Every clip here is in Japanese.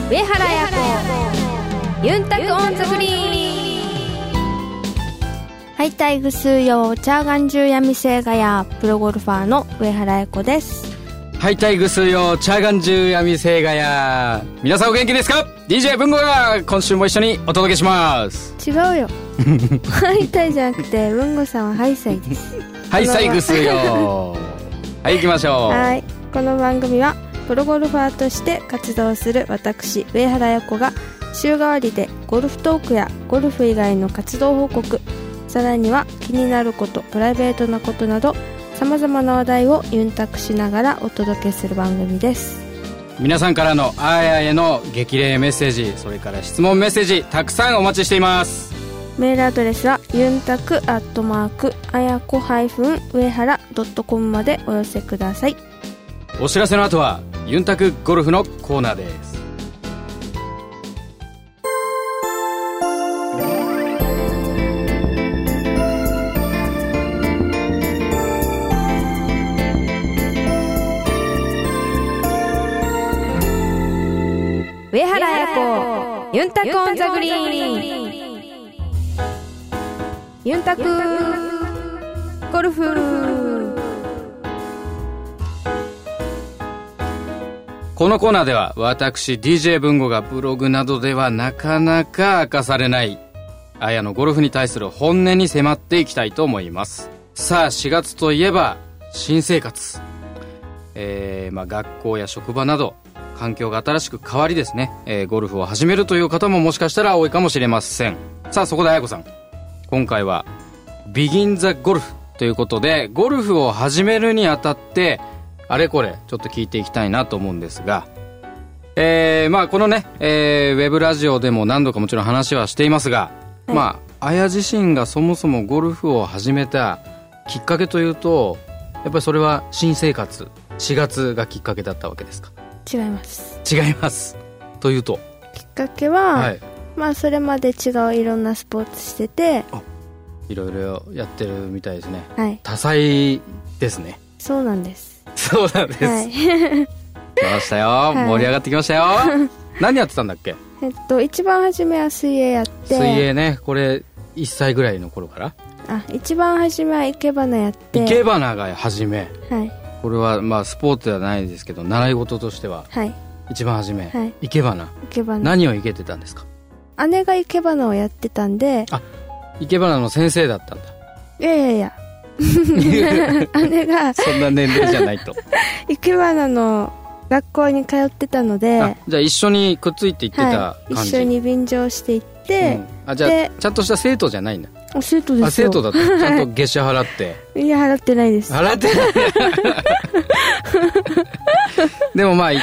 上原彩子ユンタクオンザグリーン。はい、タイグスーヨーチャーガンジュヤミセイガヤプロゴルファーの上原彩子です。 はい、タイグスーヨーチャーガンジュヤミセイガヤ、皆さんお元気ですか？ DJ 文吾が今週も一緒にお届けします。 違うよハイタイじゃなくて文吾さんはハイサイです。 はい、タイグスーヨーはい、行きましょう。 はい、この番組はプロゴルファーとして活動する私上原彩子が週替わりでゴルフトークやゴルフ以外の活動報告、さらには気になること、プライベートなことなどさまざまな話題をユンタクしながらお届けする番組です。 皆さんからのあやへの激励メッセージ、それから質問メッセージたくさんお待ちしています。 メールアドレスはユンタクあやこ上原.com までお寄せください。 お知らせの後はユンタクゴルフのコーナーです。 上原彩子ユンタクオンザグリーン。ユンタクゴルフ。 このコーナーでは私 DJ 文吾がブログなどではなかなか明かされないあやのゴルフに対する本音に迫っていきたいと思います。さあ、4月といえば新生活、学校や職場など環境が新しく変わりですね、ゴルフを始めるという方ももしかしたら多いかもしれません。さあ、そこであやこさん、今回はビギンザゴルフということでゴルフを始めるにあたってあれこれちょっと聞いていきたいなと思うんですが、このね、ウェブラジオでも何度かもちろん話はしていますが、はい、あや自身がそもそもゴルフを始めたきっかけというと、やっぱりそれは新生活4月がきっかけだったわけですか？ 違います。 違いますというと、 きっかけは、はい、それまで違ういろんなスポーツしてて、 いろいろやってるみたいですね、 はい、 多彩ですね。 そうなんです。 そうなんです、はい、来ましたよ、はい、盛り上がってきましたよ何やってたんだっけ？ 一番初めは水泳やって。 水泳ね、これ1歳ぐらいの頃から？ 一番初めは生け花やって。 生け花が初め、 はい、 これはスポーツではないですけど習い事としては、はい、一番初め、はい、生け花。何を生けてたんですか？ 姉が生け花をやってたんで。 生け花の先生だったんだ。 いや姉がそんな年齢じゃないと生け花の学校に通ってたので、 じゃあ一緒にくっついて行ってた感じ、 一緒に便乗していって、 じゃあちゃんとした生徒じゃないんだ。 生徒ですよ。 生徒だった。ちゃんと月謝払っていや、払ってないです。 払ってないでも行って、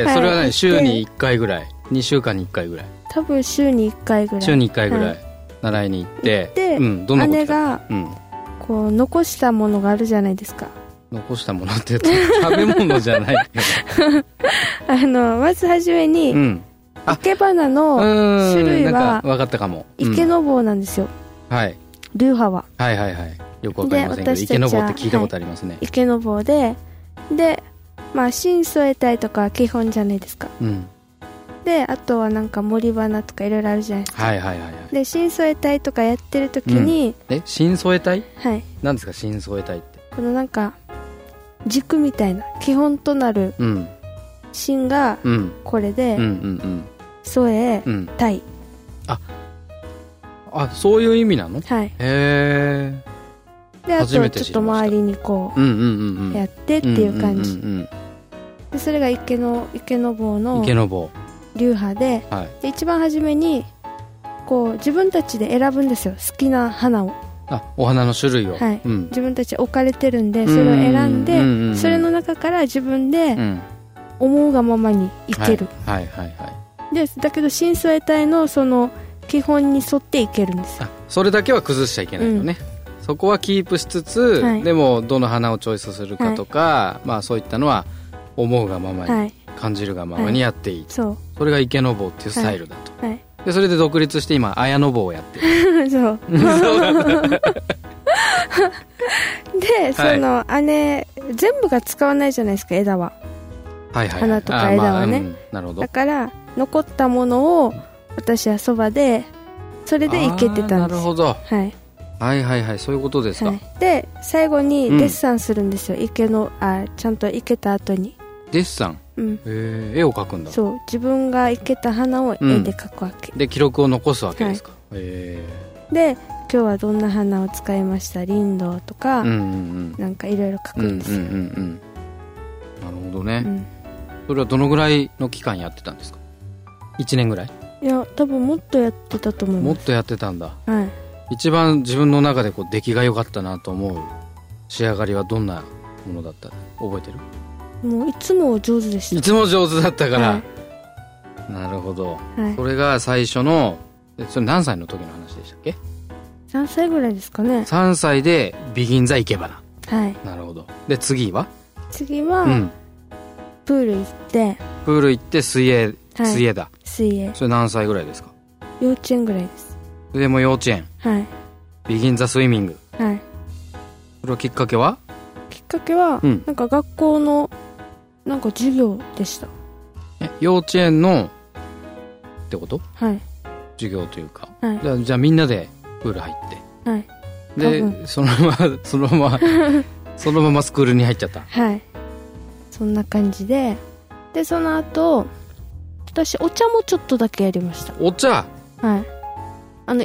それは何、週に1回ぐらい、2週間に1回ぐらい、 多分週に1回ぐらい、 週に1回ぐらい習いに行って、どんなこと姉が、こう残したものがあるじゃないですか。 残したものって言うと食べ物じゃないまずはじめに、生け花の種類は分かったかも。 池の棒なんですよ、 はい、 流派は。 はいはいはい、よくわかりませんけど、池の棒って聞いたことありますね、 池の棒で芯添えたいとか基本じゃないですか、であとはなんか森花とかいろいろあるじゃないですか。で芯添えたいとかやってる時に、 芯添えたい、 はい、 何ですか芯添えたいって？ このなんか軸みたいな基本となる芯がこれで、添えたい、 そういう意味なの？ はい。 へえ。 で、あとちょっと周りにこうやってっていう感じ。で、それが池の棒の流派で、で一番初めにこう自分たちで選ぶんですよ、好きな花を。 お花の種類を。 はい。自分たち置かれてるんで、それを選んで、それの中から自分で思うがままにいける。で、だけど芯添え体のその基本に沿っていけるんですよ。 それだけは崩しちゃいけないよね、そこはキープしつつ、でもどの花をチョイスするかとか、そういったのは思うがままに、感じるがままにやっていい、それが池の棒っていうスタイルだと、でそれで独立して今綾の棒をやってるそうで、その姉全部が使わないじゃないですか、枝は、花とか枝はね、なるほど。だから残ったものを私はそばでそれでいけてたんです。 なるほど、 はい、 はいはいはい、そういうことですか、 はい、で最後にデッサンするんですよ、池のちゃんといけた後にデッサン、 うん、 絵を描くんだ。 そう、自分がいけた花を絵で描くわけ、 で記録を残すわけですか、 はい、で今日はどんな花を使いました、リンドウとか、うんうんうん、なんかいろいろ書くんですよ、うんうんうん、 なるほどね、うん、それはどのぐらいの期間やってたんですか。1年ぐらい。 いや多分もっとやってたと思います。 もっとやってたんだ、 はい、 一番自分の中でこう出来が良かったなと思う仕上がりはどんなものだった覚えてる。 もういつも上手でした。 いつも上手だったから、 はい、 なるほど、 はい、 それが最初の、それ何歳の時の話でしたっけ。 3歳ぐらいですかね。 3歳でビギンザ生け花。 はい。 なるほど。で次は、 うん、プール行って水泳、はい、水泳だ。 水泳。 それ何歳ぐらいですか。 幼稚園ぐらいです。 でも幼稚園。 はい。 ビギンザスイミング。 はい。 それはきっかけは、 うん、なんか学校のなんか授業でした。 幼稚園のってこと。 はい。 授業というか、 はい、 じゃあみんなでプール入って、 はい、 でそのままスクールに入っちゃった。 はい、そんな感じで、でその後私お茶もちょっとだけやりました。 お茶。 はい、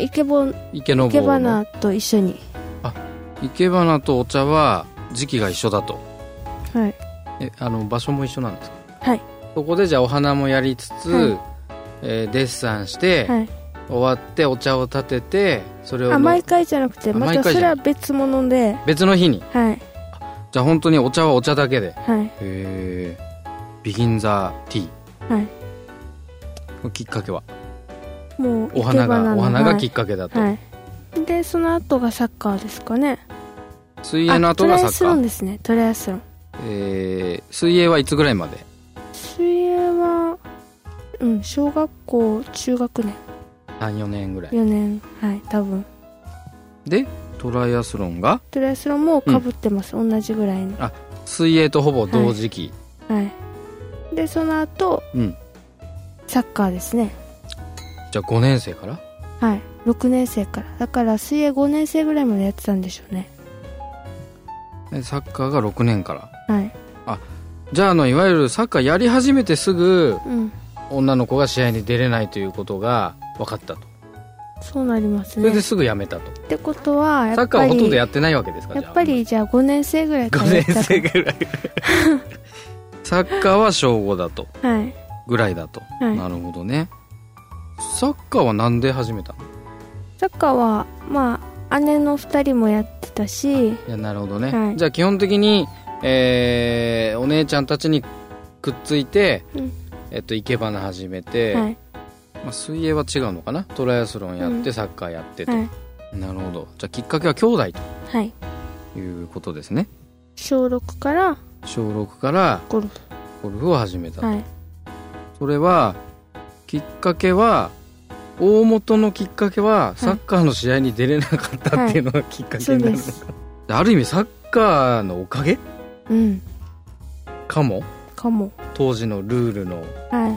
生け花と一緒に。 生け花とお茶は時期が一緒だと。 はい。 場所も一緒なんですか。 はい。 そこでじゃあお花もやりつつ、はい、デッサンして、はい、終わってお茶を立てて、それを毎回じゃなくてまたそれは別物で別の日に。 はい。 じゃあ本当にお茶はお茶だけで。 はい。 ビギンザティー。 はい。 きっかけはもうお花がきっかけだと。 はい。でその後がサッカーですかね。 水泳の後がサッカー。トライアスロンですね。トライアスロン。 水泳はいつぐらいまで。 水泳は小学校中学年 3、4年ぐらい。 4年、はい、多分でトライアスロンもかぶってます、同じぐらいの。 水泳とほぼ同時期。 はい、でその後、サッカーですね。 じゃあ5年生から。 はい、6年生から。だから水泳5年生ぐらいまでやってたんでしょうね。 サッカーが6年から。 はい。 じゃあいわゆるサッカーやり始めてすぐ、女の子が試合に出れないということが分かったと。 そうなりますね。 それですぐやめたと。 ってことはやっぱりサッカーはほとんどやってないわけですか。 やっぱりじゃあ5年生ぐらいからやった。5年生ぐらいサッカーは小5だと、 はい、 ぐらいだと、はい、なるほどね。サッカーはなんで始めたの。 サッカーは姉の2人もやってたし。 いや、なるほどね、 はい、 じゃあ基本的に、お姉ちゃんたちにくっついて、生け花始めて、 はい、 水泳は違うのかな。トライアスロンやって、サッカーやってと、 はい、 なるほど。じゃあきっかけは兄弟と、 はい、 いうことですね。 小6からゴルフを始めたと、 はい、 それはきっかけは大元のきっかけはサッカーの試合に出れなかったっていうのがきっかけになるのか、ある意味サッカーのおかげ、かも当時のルールの、 はい、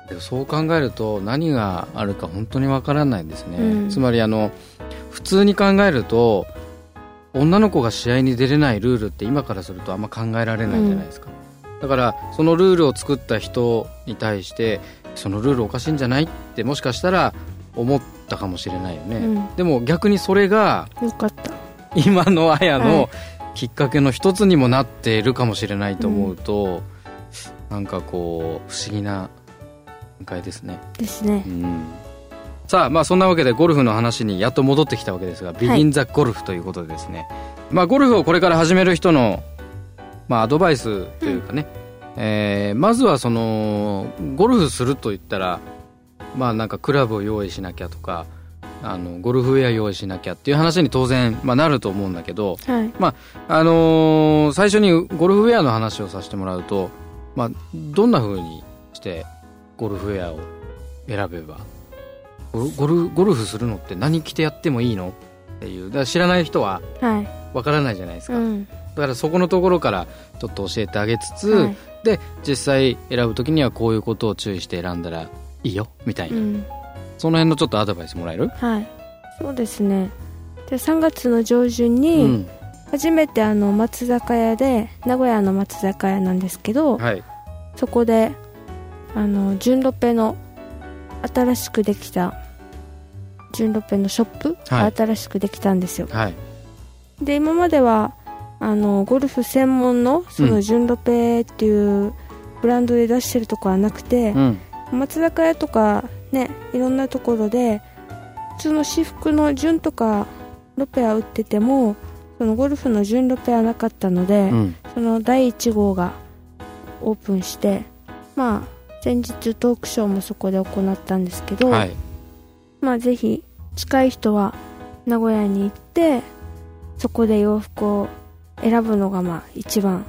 でそう考えると何があるか本当にわからないですね、つまり普通に考えると女の子が試合に出れないルールって今からするとあんま考えられないじゃないですか、だからそのルールを作った人に対してそのルールおかしいんじゃないってもしかしたら思ったかもしれないよね、でも逆にそれがよかった今のあやのきっかけの一つにもなっているかもしれないと思うと、なんかこう不思議な展開ですね。さあ、そんなわけでゴルフの話にやっと戻ってきたわけですが、ビギンザゴルフということでですね、ゴルフをこれから始める人の、アドバイスというかね、まずはそのゴルフすると言ったら、なんかクラブを用意しなきゃとかゴルフウェア用意しなきゃっていう話に当然、なると思うんだけど、 はい、 最初にゴルフウェアの話をさせてもらうと、どんな風にしてゴルフウェアを選べば、ゴルフするのって何着てやってもいいのっていう、だから知らない人はわからないじゃないですか、だからそこのところからちょっと教えてあげつつ、で実際選ぶときにはこういうことを注意して選んだらいいよみたいな、 うん、 その辺のちょっとアドバイスもらえる？ はい、そうですね。で3月の上旬に初めて松坂屋で、名古屋の松坂屋なんですけど、 はい、 そこでジュンロペの新しくできたジュンロペのショップが新しくできたんですよ、 はい、 で今まではゴルフ専門のそのジュンロペっていうブランドで出してるとこはなくて、松坂屋とかね、いろんなところで普通の私服のジュンとかロペア売ってても、そのゴルフのジュンロペアなかったので、その第1号がオープンして、まあ先日トークショーもそこで行ったんですけど、 はい、 まあぜひ近い人は名古屋に行ってそこで洋服を選ぶのがまあ一番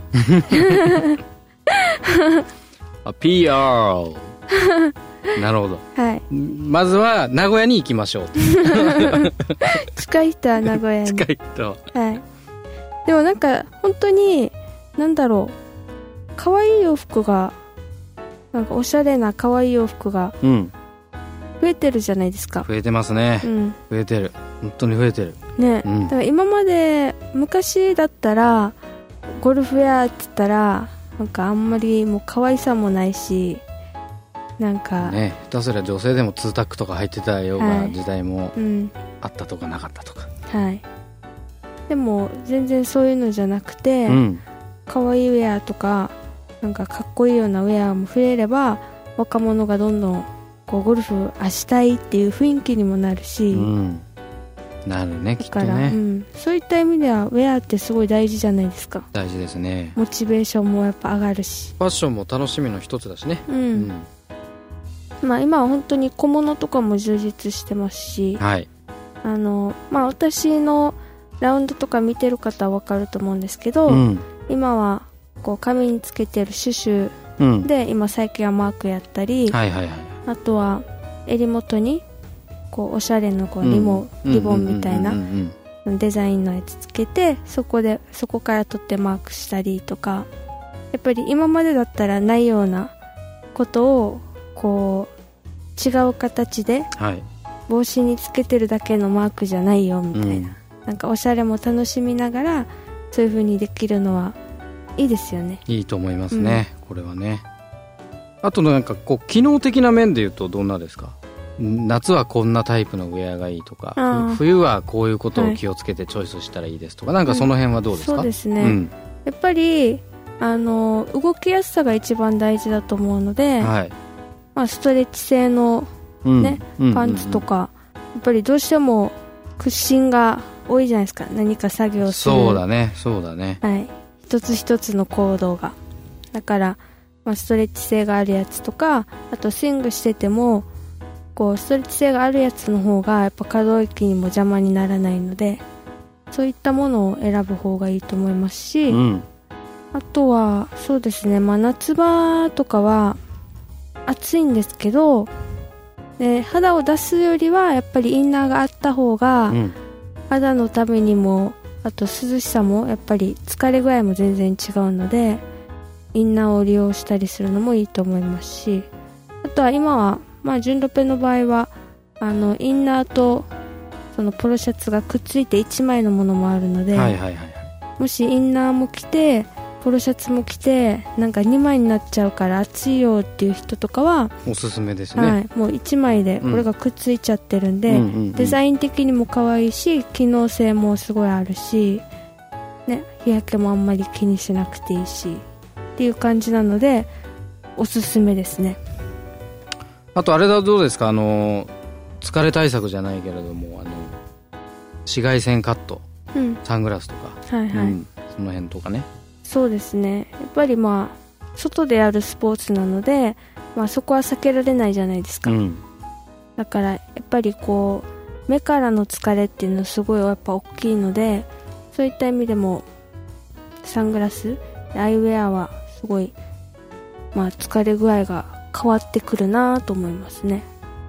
PR なるほど、 はい、 まずは名古屋に行きましょう近い人は名古屋に近い人、 はい、でもなんか本当になんだろう、可愛い洋服がなんかおしゃれな可愛い洋服が増えてるじゃないですか。 増えてますね、増えてる、本当に増えてるね、 だから今まで昔だったらゴルフウェアって言ったらなんかあんまりもう可愛さもないし、なんかね、下手すりゃ女性でもツータックとか入ってたような時代もあったとかなかったとか、 はい、でも全然そういうのじゃなくて、可愛いウェアとかなんかかっこいいようなウェアも増えれば、若者がどんどんこうゴルフしたいっていう雰囲気にもなるし、 なるね、きっとだから、 ね、 そういった意味ではウェアってすごい大事じゃないですか。 大事ですね。 モチベーションもやっぱ上がるし、 ファッションも楽しみの一つだしね。 まあ、今は本当に小物とかも充実してますし、 はい、 まあ、私のラウンドとか見てる方は分かると思うんですけど、今はこう髪につけてるシュシュで、今最近はマークやったり、あとは襟元にこうおしゃれのこうリボンみたいなデザインのやつつけて、そこから取ってマークしたりとか、やっぱり今までだったらないようなことをこう違う形で、帽子につけてるだけのマークじゃないよみたいな、なんかおしゃれも楽しみながらそういう風にできるのはいいですよね。 いいと思いますね、これはね。あとなんかこう機能的な面で言うとどんなですか？夏はこんなタイプのウェアがいいとか、冬はこういうことを気をつけてチョイスしたらいいですとか、なんかその辺はどうですか？ そうですね、やっぱり動きやすさが一番大事だと思うので、まあ、ストレッチ性の、パンツとか、やっぱりどうしても屈伸が多いじゃないですか、何か作業する。 そうだね、 はい、一つ一つの行動が。だから、まあ、ストレッチ性があるやつとか、あとスイングしててもこうストレッチ性があるやつの方がやっぱ可動域にも邪魔にならないので、そういったものを選ぶ方がいいと思いますし、あとはそうですね、まあ、夏場とかは暑いんですけど、肌を出すよりはやっぱりインナーがあった方が、肌のためにも、あと涼しさもやっぱり疲れ具合も全然違うので、インナーを利用したりするのもいいと思いますし、あとは今は、まあ、ジュンロペの場合はインナーとそのポロシャツがくっついて1枚のものもあるので、もしインナーも着てポロシャツも着てなんか2枚になっちゃうから暑いよっていう人とかはおすすめですね、 もう1枚でこれがくっついちゃってるんで、デザイン的にも可愛いし機能性もすごいあるし、日焼けもあんまり気にしなくていいしっていう感じなのでおすすめですね。 あとあれだ、どうですか、疲れ対策じゃないけれども紫外線カット、サングラスとか、その辺とかね。そうですね、 やっぱりまあ外でやるスポーツなので、まあ、そこは避けられないじゃないですか、だからやっぱりこう目からの疲れっていうのはすごいやっぱ大きいので、そういった意味でもサングラス、アイウェアはすごい、まあ、疲れ具合が変わってくるなと思いますね。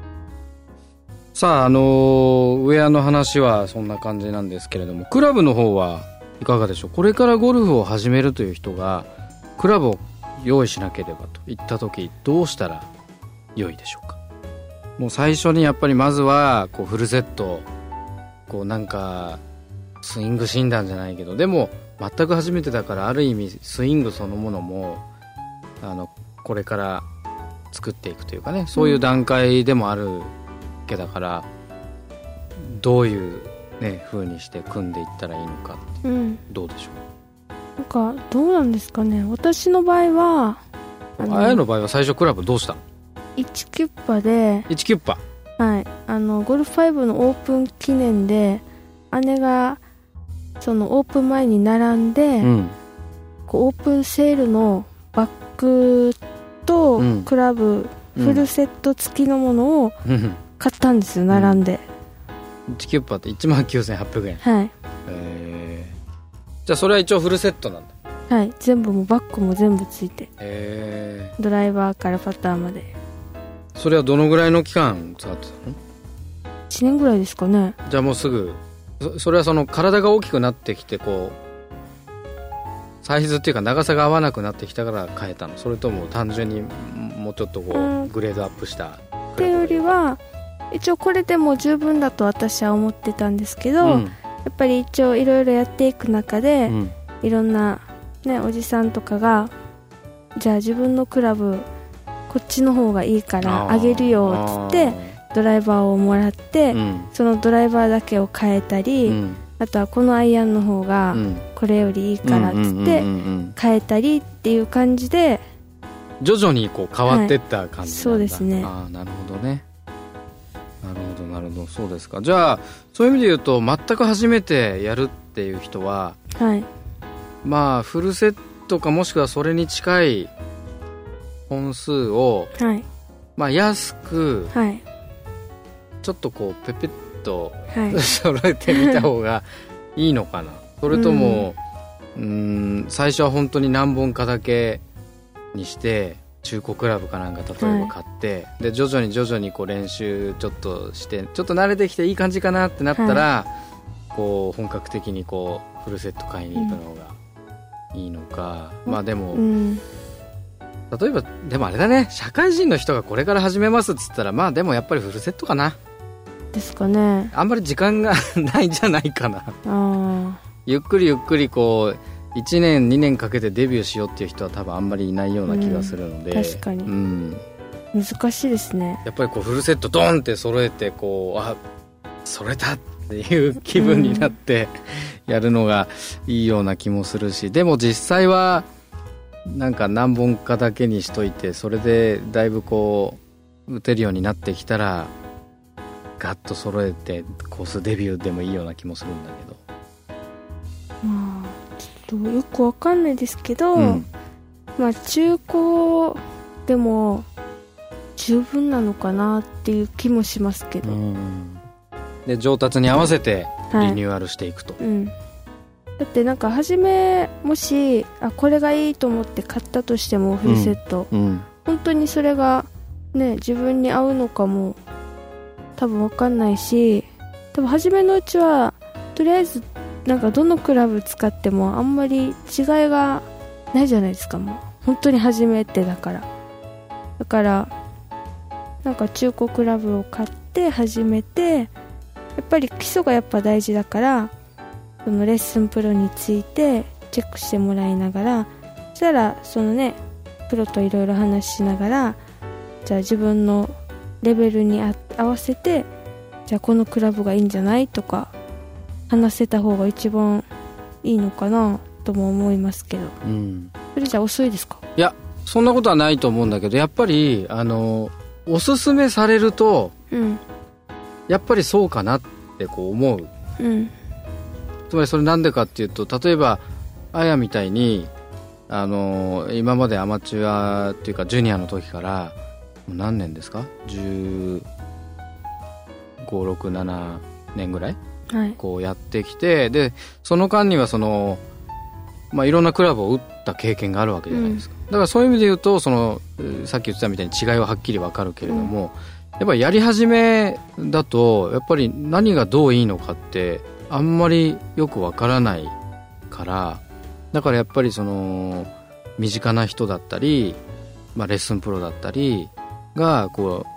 さあ、ウェアの話はそんな感じなんですけれども、クラブの方はいかがでしょう。これからゴルフを始めるという人がクラブを用意しなければといった時、どうしたら良いでしょうか。 もう最初にやっぱりまずはこうフルセット、こうなんかスイング診断じゃないけど、でも全く初めてだから、ある意味スイングそのものもこれから作っていくというかね、そういう段階でもあるわけだから、どういうね風にして組んでいったらいいのかって、どうでしょう。 なんかどうなんですかね。私の場合はあやの場合は最初クラブどうしたの ？1キュッパで、 1キュッパ、 はい、ゴルフ5のオープン記念で姉がそのオープン前に並んで、こうオープンセールのバッグとクラブ、フルセット付きのものを買ったんですよ、並んで。 1キュッパって 19,800 円。 はい。 じゃあそれは一応フルセットなんだ。 はい、全部もバッグも全部ついて、ドライバーからパターまで。 それはどのぐらいの期間使ってたの ？1年ぐらいですかね。 じゃあもうすぐ、それはその体が大きくなってきて、こうサイズっていうか長さが合わなくなってきたから変えたの？それとも単純にもうちょっとこうグレードアップしたっていうよりは、一応これでも十分だと私は思ってたんですけど、やっぱり一応いろいろやっていく中で、いろんな、ね、おじさんとかが、じゃあ自分のクラブこっちの方がいいからあげるよっつってドライバーをもらって、そのドライバーだけを変えたり、あとはこのアイアンの方がこれよりいいからっつって変えたりっていう感じで徐々にこう変わっていった感じなんだ。 そうですね。 なるほどね。なるほど、そうですか。じゃあそういう意味で言うと、全く初めてやるっていう人は、まあフルセットかもしくはそれに近い本数を、まあ安く、ちょっとこうペペッと、揃えてみた方がいいのかな。それとも、最初は本当に何本かだけにして中古クラブかなんか例えば買って、で徐々にこう練習ちょっとしてちょっと慣れてきていい感じかなってなったら、こう本格的にこうフルセット買いに行くのがいいのか。まあでも、例えばでもあれだね、社会人の人がこれから始めますっつったら、まあでもやっぱりフルセットかなですかね。 あんまり時間がないんじゃないかな。ゆっくりこう1年2年かけてデビューしようっていう人は多分あんまりいないような気がするので、 確かに、難しいですね。 やっぱりこうフルセットドンって揃えて、こう揃えたっていう気分になってやるのがいいような気もするし、でも実際はなんか何本かだけにしといて、それでだいぶこう打てるようになってきたらガッと揃えてコースデビューでもいいような気もするんだけど、 ちょっとよくわかんないですけど、まあ中古でも十分なのかなっていう気もしますけど、 で上達に合わせてリニューアルしていくと、 だってなんか初めもしこれがいいと思って買ったとしてもフルセット、本当にそれがね自分に合うのかも多分分かんないし、多分初めのうちはとりあえずなんかどのクラブ使ってもあんまり違いがないじゃないですか。もう本当に初めてだからなんか中古クラブを買って始めて、やっぱり基礎がやっぱ大事だから、そのレッスンプロについてチェックしてもらいながら、そしたらそのねプロといろいろ話しながら、じゃあ自分のレベルに合わせて、じゃあこのクラブがいいんじゃないとか話せた方が一番いいのかなとも思いますけど、それじゃ遅いですか？ いや、そんなことはないと思うんだけど、やっぱりおすすめされると、やっぱりそうかなってこう思う、つまりそれなんでかっていうと、例えばあやみたいに今までアマチュアっていうかジュニアの時からもう何年ですか、15、6、7年ぐらい、こうやってきて、でその間にはその、いろんなクラブを打った経験があるわけじゃないですか、だからそういう意味で言うと、そのさっき言ってたみたいに違いははっきり分かるけれども、やっぱりやり始めだとやっぱり何がどういいのかってあんまりよく分からないから、だからやっぱりその身近な人だったり、レッスンプロだったりがこう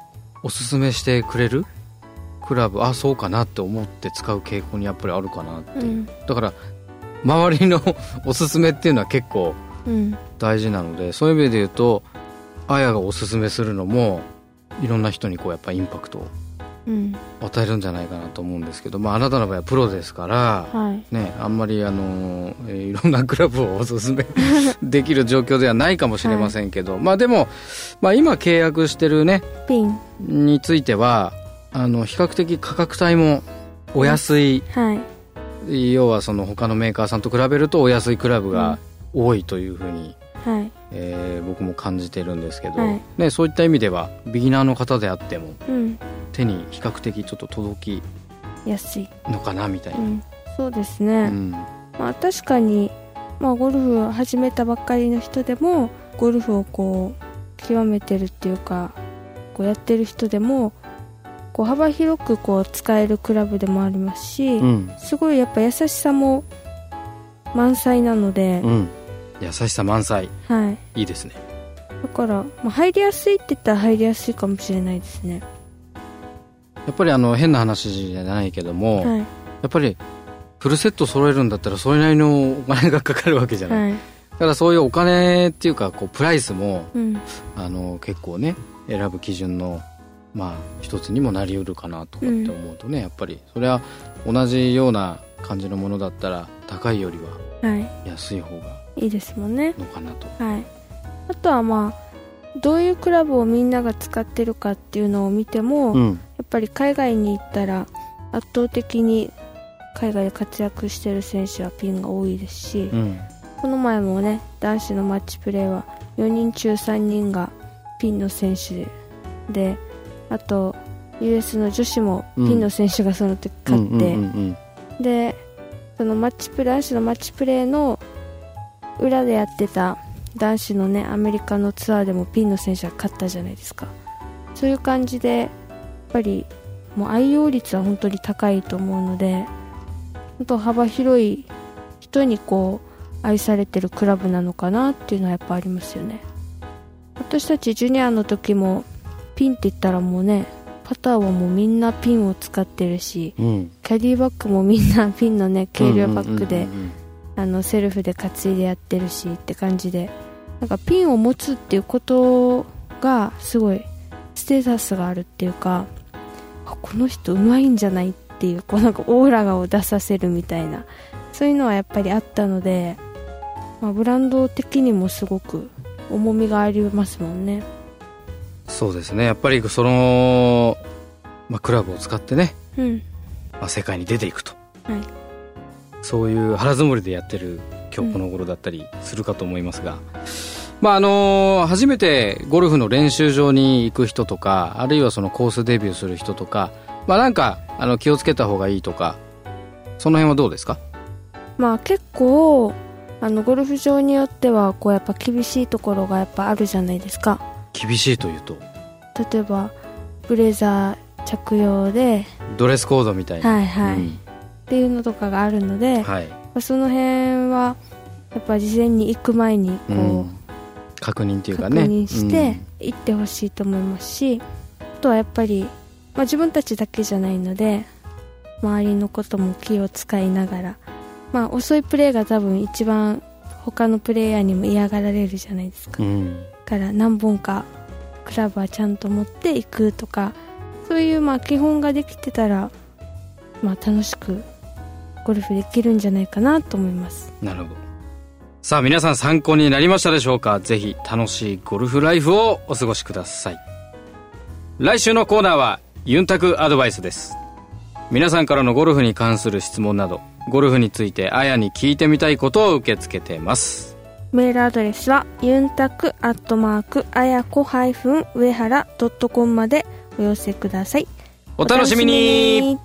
おすすめしてくれるクラブ、そうかなって思って使う傾向にやっぱりあるかなっていう、だから周りのおすすめっていうのは結構大事なので、そういう意味で言うとあやがおすすめするのもいろんな人にこうやっぱインパクトを与えるんじゃないかなと思うんですけど、あなたの場合はプロですから、ね、あんまりいろんなクラブをおすすめできる状況ではないかもしれませんけど、でも、今契約してるねピンについては比較的価格帯もお安い、要はその他のメーカーさんと比べるとお安いクラブが多いというふうに、僕も感じてるんですけど、ね、そういった意味ではビギナーの方であっても、手に比較的ちょっと届きやすいのかなみたいな、 そうですね、確かに、ゴルフを始めたばっかりの人でもゴルフをこう極めてるっていうかこうやってる人でもこう幅広くこう使えるクラブでもありますし、すごいやっぱ優しさも満載なので、 優しさ満載、いいですね。 だから、入りやすいって言ったら入りやすいかもしれないですね。 やっぱり変な話じゃないけども、やっぱりフルセット揃えるんだったらそれなりのお金がかかるわけじゃない、だからそういうお金っていうかこうプライスも、結構ね選ぶ基準の一つにもなりうるかなとかって思うとね、やっぱりそれは同じような感じのものだったら高いよりは安い方がいいですもんねのかなと、 あとはどういうクラブをみんなが使ってるかっていうのを見ても、やっぱり海外に行ったら圧倒的に海外で活躍してる選手はピンが多いですし、この前もね男子のマッチプレーは4人中3人がピンの選手で、あと US の女子もピンの選手がその時勝って、でその男子のマッチプレーの裏でやってた男子のねアメリカのツアーでもピンの選手が勝ったじゃないですか。そういう感じでやっぱりもう愛用率は本当に高いと思うので、本当幅広い人にこう愛されてるクラブなのかなっていうのはやっぱありますよね。私たちジュニアの時もピンって言ったらもうねパターはもうみんなピンを使ってるし、キャディバッグもみんなピンのね軽量バッグでセルフで担いでやってるしって感じで、なんかピンを持つっていうことがすごいステータスがあるっていうか、この人うまいんじゃないっていう、こうなんかオーラを出させるみたいな、そういうのはやっぱりあったので、ブランド的にもすごく重みがありますもんね。 そうですね、やっぱりその、クラブを使ってね、世界に出ていくと、そういう腹積もりでやってる今日この頃だったりするかと思いますが、初めてゴルフの練習場に行く人とか、あるいはそのコースデビューする人とか、なんか気をつけた方がいいとか、その辺はどうですか？ 結構ゴルフ場によってはこうやっぱ厳しいところがやっぱあるじゃないですか。厳しいというと、例えばブレザー着用でドレスコードみたいな、っていうのとかがあるので、その辺はやっぱ事前に行く前にこう、確認っていうかね、確認して行ってほしいと思いますし、あとはやっぱり、自分たちだけじゃないので周りのことも気を使いながら、遅いプレーが多分一番他のプレイヤーにも嫌がられるじゃないですか、から何本かクラブはちゃんと持っていくとか、そういう基本ができてたら、楽しくゴルフできるんじゃないかなと思います。なるほど。さあ皆さん参考になりましたでしょうか？ぜひ楽しいゴルフライフをお過ごしください。来週のコーナーはユンタクアドバイスです。皆さんからのゴルフに関する質問など、ゴルフについてあやに聞いてみたいことを受け付けています。メールアドレスはユンタクあやこ上原.com までお寄せください。お楽しみに。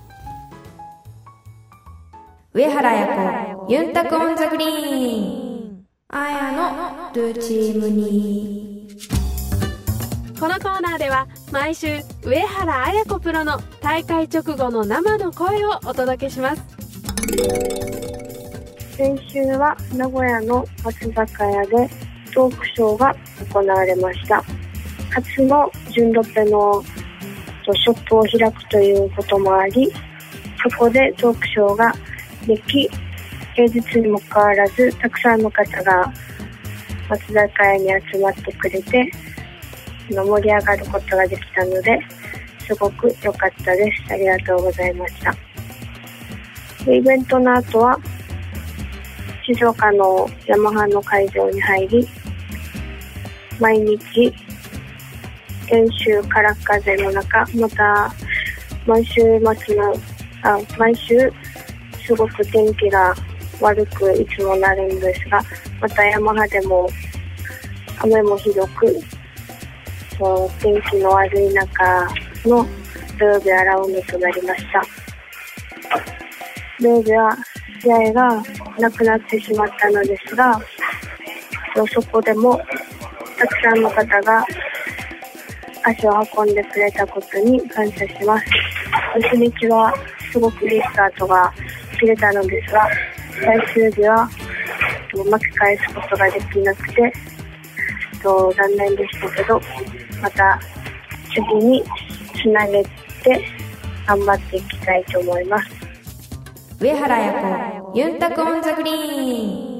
上原彩子ユンタクオンザグリーン、あやのルチームに。このコーナーでは毎週上原彩子プロの大会直後の生の声をお届けします。先週は名古屋の松坂屋でトークショーが行われました。初の純ロペのショップを開くということもあり、そこでトークショーができ、平日にもかかわらずたくさんの方が松坂屋に集まってくれて盛り上がることができたので、すごく良かったです。ありがとうございました。イベントの後は静岡のヤマハの会場に入り、毎日練習から風の中、また毎週すごく天気が悪くいつもなるんですが、またヤマハでも雨もひどく、天気の悪い中の土曜日はラウンドとなりました。土曜日は試合がなくなってしまったのですが、そこでもたくさんの方が足を運んでくれたことに感謝します。初日はすごくいいスタートが切れたのですが、最終日は巻き返すことができなくて残念でしたけど、また次につなげて頑張っていきたいと思います。 上原彩子ユンタクオンザグリーン。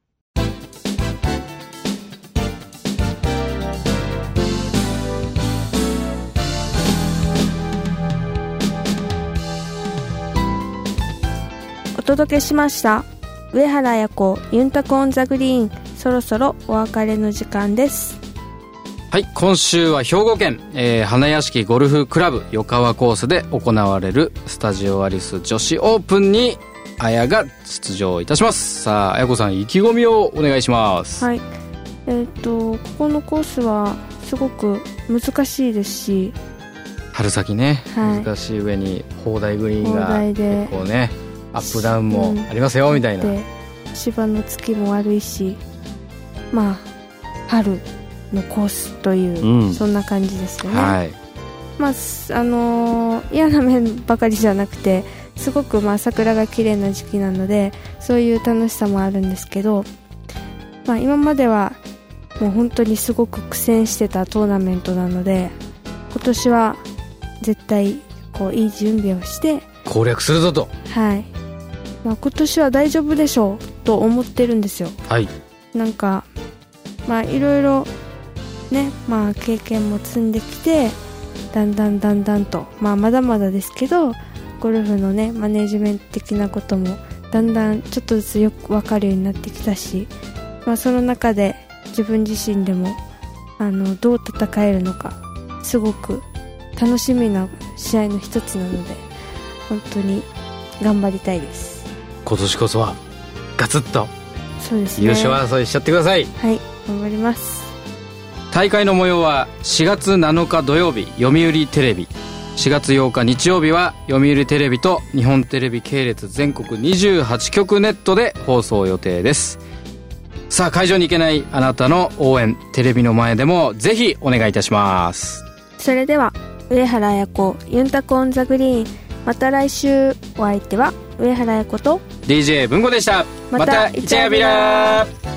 お届けしました上原彩子ユンタクオンザグリーン。そろそろお別れの時間です。 はい、今週は兵庫県、花屋敷ゴルフクラブ余川コースで行われるスタジオアリス女子オープンにあやが出場いたします。さあ、あやこさん意気込みをお願いします。 はい、ここのコースはすごく難しいですし、 春先ね、 はい、 難しい上に砲台グリーンが結構ねアップダウンもありますよ、みたいな。 で芝の付きも悪いし、まあ春のコースという、そんな感じですよね。 はい、 まあ嫌な面ばかりじゃなくて、すごく桜が綺麗な時期なので、そういう楽しさもあるんですけど、今まではもう本当にすごく苦戦してたトーナメントなので、今年は絶対いい準備をして攻略するぞと。 はい、今年は大丈夫でしょうと思ってるんですよ。 はい、 なんかいろいろね、経験も積んできて、だんだんと、まだまだですけど、ゴルフのねマネジメント的なこともだんだんちょっとずつよく分かるようになってきたし、その中で自分自身でもどう戦えるのかすごく楽しみな試合の一つなので、本当に頑張りたいです。 今年こそはガツッとそうですね、 優勝争いしちゃってください。 はい、頑張ります。 大会の模様は4月7日土曜日読売テレビ、4月8日日曜日は読売テレビと日本テレビ系列全国28局ネットで放送予定です。さあ、会場に行けないあなたの応援、テレビの前でもぜひお願いいたします。 それでは上原彩子ユンタクオンザグリーン、また来週。お相手は上原彩子と DJ 文吾でした。またイチャヤビラー。